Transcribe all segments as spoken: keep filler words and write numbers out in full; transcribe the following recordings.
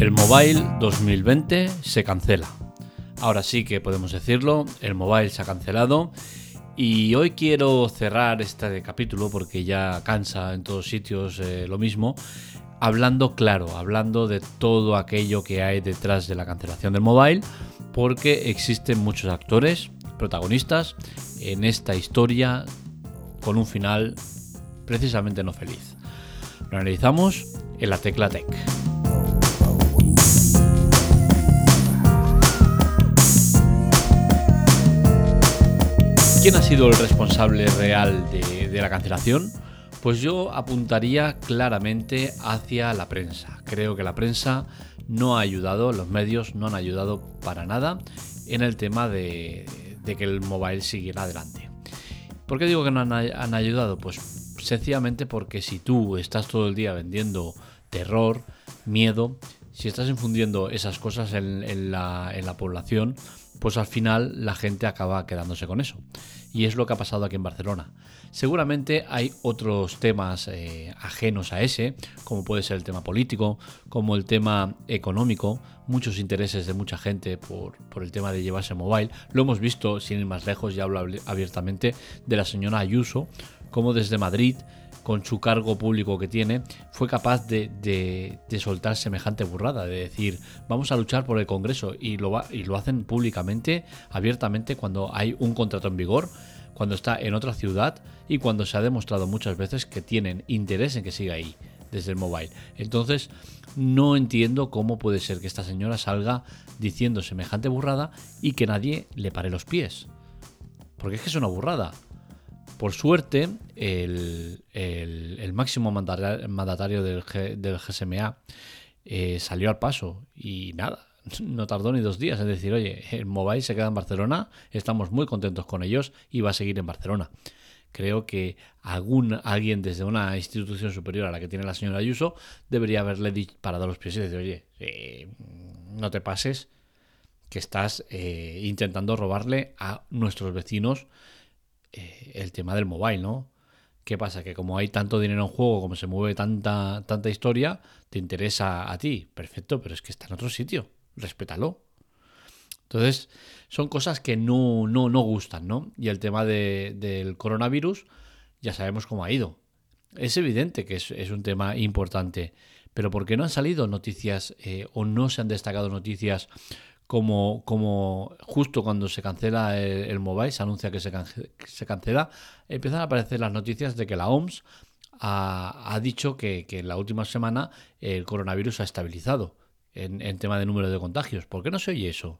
El Mobile dos mil veinte se cancela. Ahora sí que podemos decirlo, el Mobile se ha cancelado y hoy quiero cerrar este capítulo porque ya cansa en todos sitios eh, lo mismo, hablando claro, hablando de todo aquello que hay detrás de la cancelación del Mobile, porque existen muchos actores, protagonistas en esta historia con un final precisamente no feliz. Lo analizamos en la Tecla Tech. ¿Quién ha sido el responsable real de, de la cancelación? Pues yo apuntaría claramente hacia la prensa. Creo que la prensa no ha ayudado, los medios no han ayudado para nada en el tema de, de que el mobile siguiera adelante. ¿Por qué digo que no han, han ayudado? Pues sencillamente porque si tú estás todo el día vendiendo terror, miedo, si estás infundiendo esas cosas en, en, la, en la población, pues al final la gente acaba quedándose con eso. Y es lo que ha pasado aquí en Barcelona. Seguramente hay otros temas eh, ajenos a ese, como puede ser el tema político, como el tema económico, muchos intereses de mucha gente por, por el tema de llevarse mobile. Lo hemos visto, sin ir más lejos, ya hablo abiertamente, de la señora Ayuso, como desde Madrid, con su cargo público que tiene, fue capaz de, de, de soltar semejante burrada, de decir, vamos a luchar por el Congreso, y lo, va, y lo hacen públicamente, abiertamente, cuando hay un contrato en vigor, cuando está en otra ciudad y cuando se ha demostrado muchas veces que tienen interés en que siga ahí, desde el mobile. Entonces, no entiendo cómo puede ser que esta señora salga diciendo semejante burrada y que nadie le pare los pies. Porque es que es una burrada. Por suerte, el, el, el máximo mandatario del, G, del G S M A eh, salió al paso y nada, no tardó ni dos días en decir, oye, el mobile se queda en Barcelona, estamos muy contentos con ellos y va a seguir en Barcelona. Creo que algún, alguien desde una institución superior a la que tiene la señora Ayuso debería haberle parado los pies y decir, oye, eh, no te pases, que estás eh, intentando robarle a nuestros vecinos eh, el tema del mobile, ¿no? ¿Qué pasa? Que como hay tanto dinero en juego, como se mueve tanta, tanta historia, te interesa a ti. Perfecto, pero es que está en otro sitio. Respétalo. Entonces, son cosas que no, no, no gustan, ¿no? Y el tema de, del coronavirus, ya sabemos cómo ha ido. Es evidente que es, es un tema importante, pero ¿por qué no han salido noticias eh, o no se han destacado noticias como, como justo cuando se cancela el, el mobile, se anuncia que se, cance, que se cancela, empiezan a aparecer las noticias de que la O M S ha, ha dicho que, que en la última semana el coronavirus ha estabilizado en, en tema de número de contagios? ¿Por qué no se oye eso?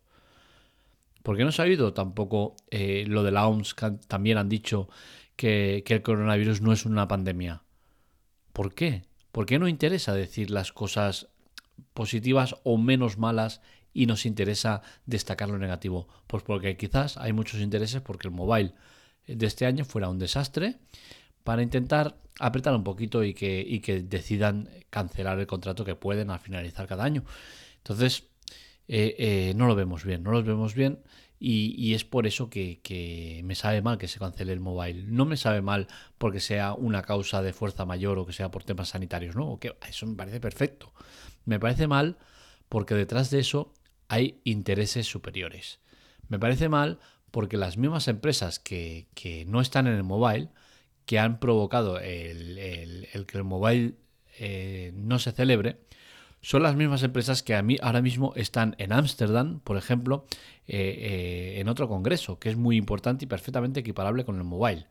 ¿Por qué no se ha oído tampoco eh, lo de la O M S, que también han dicho que, que el coronavirus no es una pandemia? ¿Por qué? ¿Por qué no interesa decir las cosas positivas o menos malas y nos interesa destacar lo negativo? Pues porque quizás hay muchos intereses porque el mobile de este año fuera un desastre, para intentar apretar un poquito y que, y que decidan cancelar el contrato que pueden al finalizar cada año. Entonces, eh, eh, no lo vemos bien, no lo vemos bien y, y es por eso que, que me sabe mal que se cancele el mobile. No me sabe mal porque sea una causa de fuerza mayor o que sea por temas sanitarios, ¿no? Que eso me parece perfecto. Me parece mal porque detrás de eso hay intereses superiores. Me parece mal porque las mismas empresas que, que no están en el mobile, que han provocado el, el, el que el mobile eh, no se celebre, son las mismas empresas que a mí ahora mismo están en Ámsterdam, por ejemplo, eh, eh, en otro congreso, que es muy importante y perfectamente equiparable con el mobile.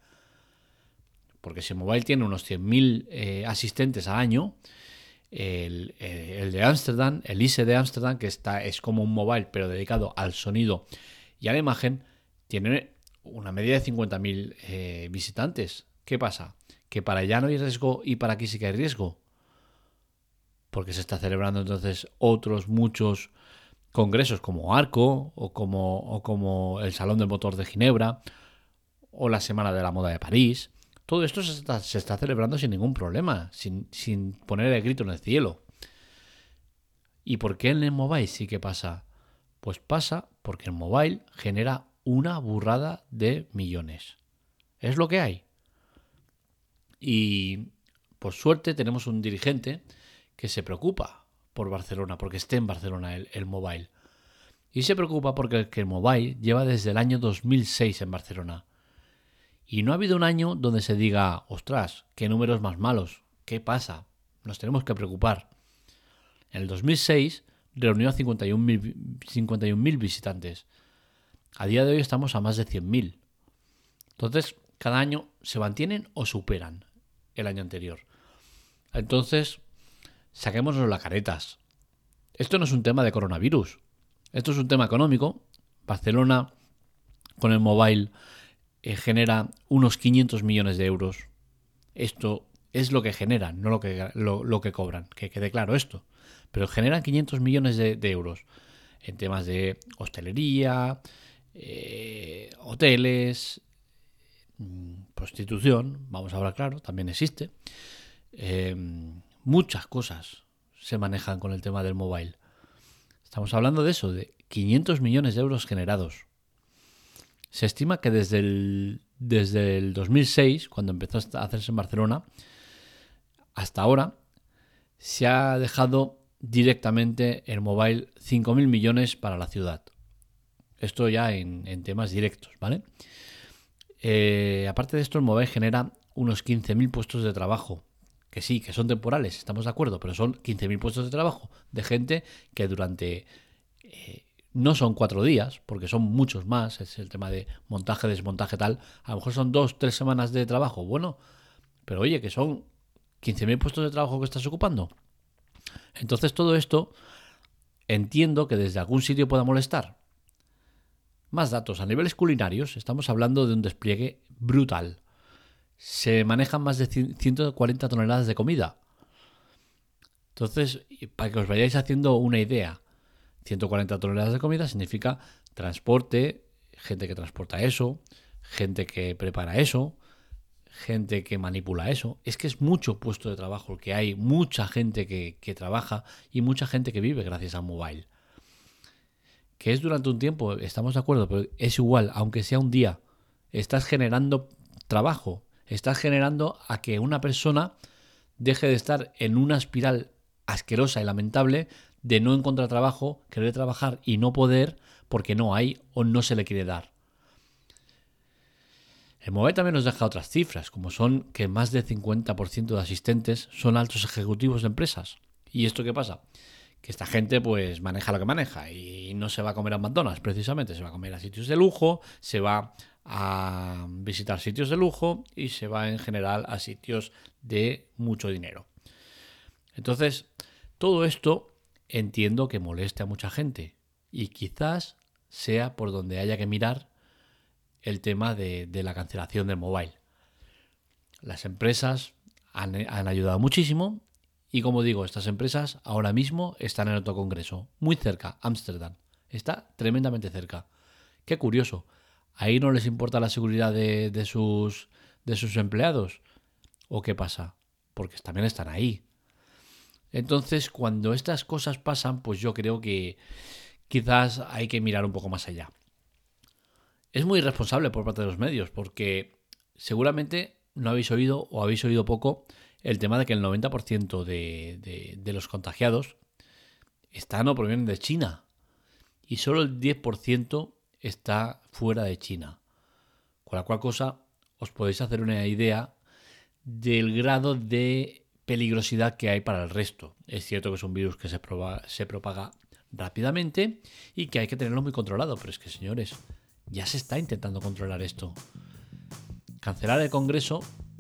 Porque si el mobile tiene unos cien mil eh, asistentes al año, el, el, el de Ámsterdam, el I S E de Ámsterdam, que está, es como un mobile, pero dedicado al sonido y a la imagen, tiene una media de cincuenta mil eh, visitantes. ¿Qué pasa? Que para allá no hay riesgo y para aquí sí que hay riesgo. Porque se está celebrando entonces otros muchos congresos como Arco o como, o como el Salón del Motor de Ginebra o la Semana de la Moda de París. Todo esto se está, se está celebrando sin ningún problema, sin, sin poner el grito en el cielo. ¿Y por qué en el mobile sí que pasa? Pues pasa porque el mobile genera una burrada de millones. Es lo que hay. Y por suerte tenemos un dirigente que se preocupa por Barcelona, porque esté en Barcelona el, el Mobile. Y se preocupa porque el, que el Mobile lleva desde el año dos mil seis en Barcelona. Y no ha habido un año donde se diga, ostras, qué números más malos, ¿qué pasa? Nos tenemos que preocupar. En el dos mil seis reunió a cincuenta y un mil visitantes. A día de hoy estamos a más de cien mil. Entonces, cada año se mantienen o superan el año anterior. Entonces, saquémonos las caretas. Esto no es un tema de coronavirus. Esto es un tema económico. Barcelona, con el Mobile, eh, genera unos quinientos millones de euros. Esto es lo que generan, no lo que, lo, lo que cobran. Que quede claro esto. Pero generan quinientos millones de, de euros en temas de hostelería, eh, hoteles, prostitución, vamos a hablar claro, también existe. Eh, muchas cosas se manejan con el tema del Mobile. Estamos hablando de eso, de quinientos millones de euros generados. Se estima que desde el, desde el dos mil seis, cuando empezó a hacerse en Barcelona, hasta ahora, se ha dejado directamente el Mobile cinco mil millones para la ciudad. Esto ya en, en temas directos, ¿vale? Eh, aparte de esto, el Mobile genera unos quince mil puestos de trabajo. Que sí, que son temporales, estamos de acuerdo, pero son quince mil puestos de trabajo de gente que durante... Eh, no son cuatro días, porque son muchos más, es el tema de montaje, desmontaje, tal. A lo mejor son dos, tres semanas de trabajo. Bueno, pero oye, que son quince mil puestos de trabajo que estás ocupando. Entonces todo esto entiendo que desde algún sitio pueda molestar. Más datos. A niveles culinarios estamos hablando de un despliegue brutal. Se manejan más de ciento cuarenta toneladas de comida. Entonces, para que os vayáis haciendo una idea, ciento cuarenta toneladas de comida significa transporte, gente que transporta eso, gente que prepara eso, gente que manipula eso. Es que es mucho puesto de trabajo el que hay, mucha gente que, que trabaja y mucha gente que vive gracias al Mobile. Que es durante un tiempo, estamos de acuerdo, pero es igual, aunque sea un día, estás generando trabajo, estás generando a que una persona deje de estar en una espiral asquerosa y lamentable de no encontrar trabajo, querer trabajar y no poder porque no hay o no se le quiere dar. El Mobile también nos deja otras cifras, como son que más del cincuenta por ciento de asistentes son altos ejecutivos de empresas. ¿Y esto qué pasa? Que esta gente pues maneja lo que maneja y no se va a comer a McDonald's precisamente, se va a comer a sitios de lujo, se va a visitar sitios de lujo y se va en general a sitios de mucho dinero. Entonces, todo esto entiendo que moleste a mucha gente y quizás sea por donde haya que mirar el tema de, de la cancelación del Mobile. Las empresas han, han ayudado muchísimo. Y como digo, estas empresas ahora mismo están en otro congreso, muy cerca, Ámsterdam. Está tremendamente cerca. Qué curioso. ¿Ahí no les importa la seguridad de, de, sus, de sus empleados? ¿O qué pasa? Porque también están ahí. Entonces, cuando estas cosas pasan, pues yo creo que quizás hay que mirar un poco más allá. Es muy irresponsable por parte de los medios, porque seguramente no habéis oído o habéis oído poco el tema de que el noventa por ciento de, de, de los contagiados están o provienen de China y solo el diez por ciento está fuera de China. Con la cual cosa os podéis hacer una idea del grado de peligrosidad que hay para el resto. Es cierto que es un virus que se, proba, se propaga rápidamente y que hay que tenerlo muy controlado, pero es que, señores, ya se está intentando controlar esto. Cancelar el Congreso,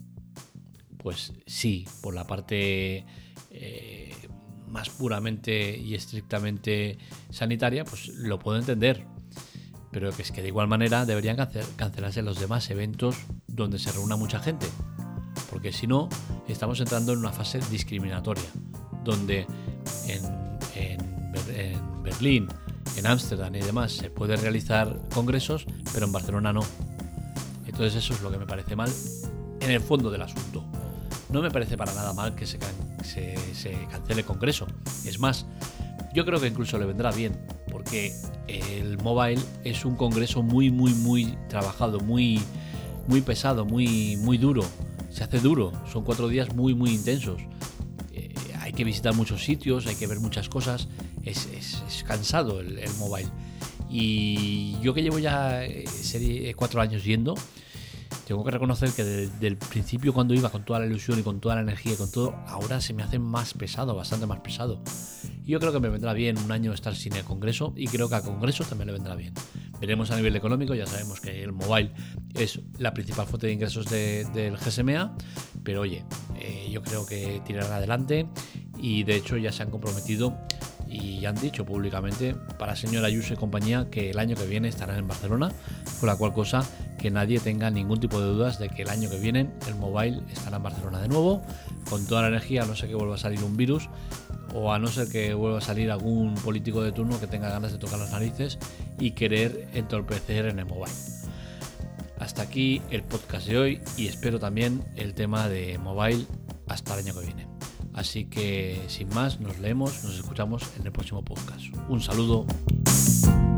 pues sí, por la parte eh, más puramente y estrictamente sanitaria, pues lo puedo entender. Pero que es que de igual manera deberían cancel- cancelarse los demás eventos donde se reúna mucha gente. Porque si no, estamos entrando en una fase discriminatoria, donde en, en, en Berlín, en Ámsterdam y demás se puede realizar congresos, pero en Barcelona no. Entonces eso es lo que me parece mal en el fondo del asunto. No me parece para nada mal que se, can- se, se cancele el congreso. Es más, yo creo que incluso le vendrá bien, porque el Mobile es un congreso muy, muy, muy trabajado, muy, muy pesado, muy, muy duro. Se hace duro, son cuatro días muy, muy intensos. Eh, hay hay que visitar muchos sitios, hay que ver muchas cosas, es, es, es cansado el, el mobile. Y yo que llevo ya eh, serie, cuatro años yendo, tengo que reconocer que desde el principio, cuando iba con toda la ilusión y con toda la energía y con todo, ahora se me hace más pesado, bastante más pesado. Y yo creo que me vendrá bien un año estar sin el Congreso, y creo que al Congreso también le vendrá bien. Veremos a nivel económico, ya sabemos que el mobile es la principal fuente de ingresos de, del G S M A, pero oye, eh, yo creo que tirarán adelante, y de hecho ya se han comprometido y han dicho públicamente para señora Ayuso y compañía que el año que viene estarán en Barcelona, con la cual cosa que nadie tenga ningún tipo de dudas de que el año que viene el mobile estará en Barcelona de nuevo, con toda la energía, a no ser que vuelva a salir un virus, o a no ser que vuelva a salir algún político de turno que tenga ganas de tocar las narices y querer entorpecer en el mobile. Hasta aquí el podcast de hoy, y espero también el tema de mobile hasta el año que viene. Así que sin más, nos leemos, nos escuchamos en el próximo podcast. Un saludo.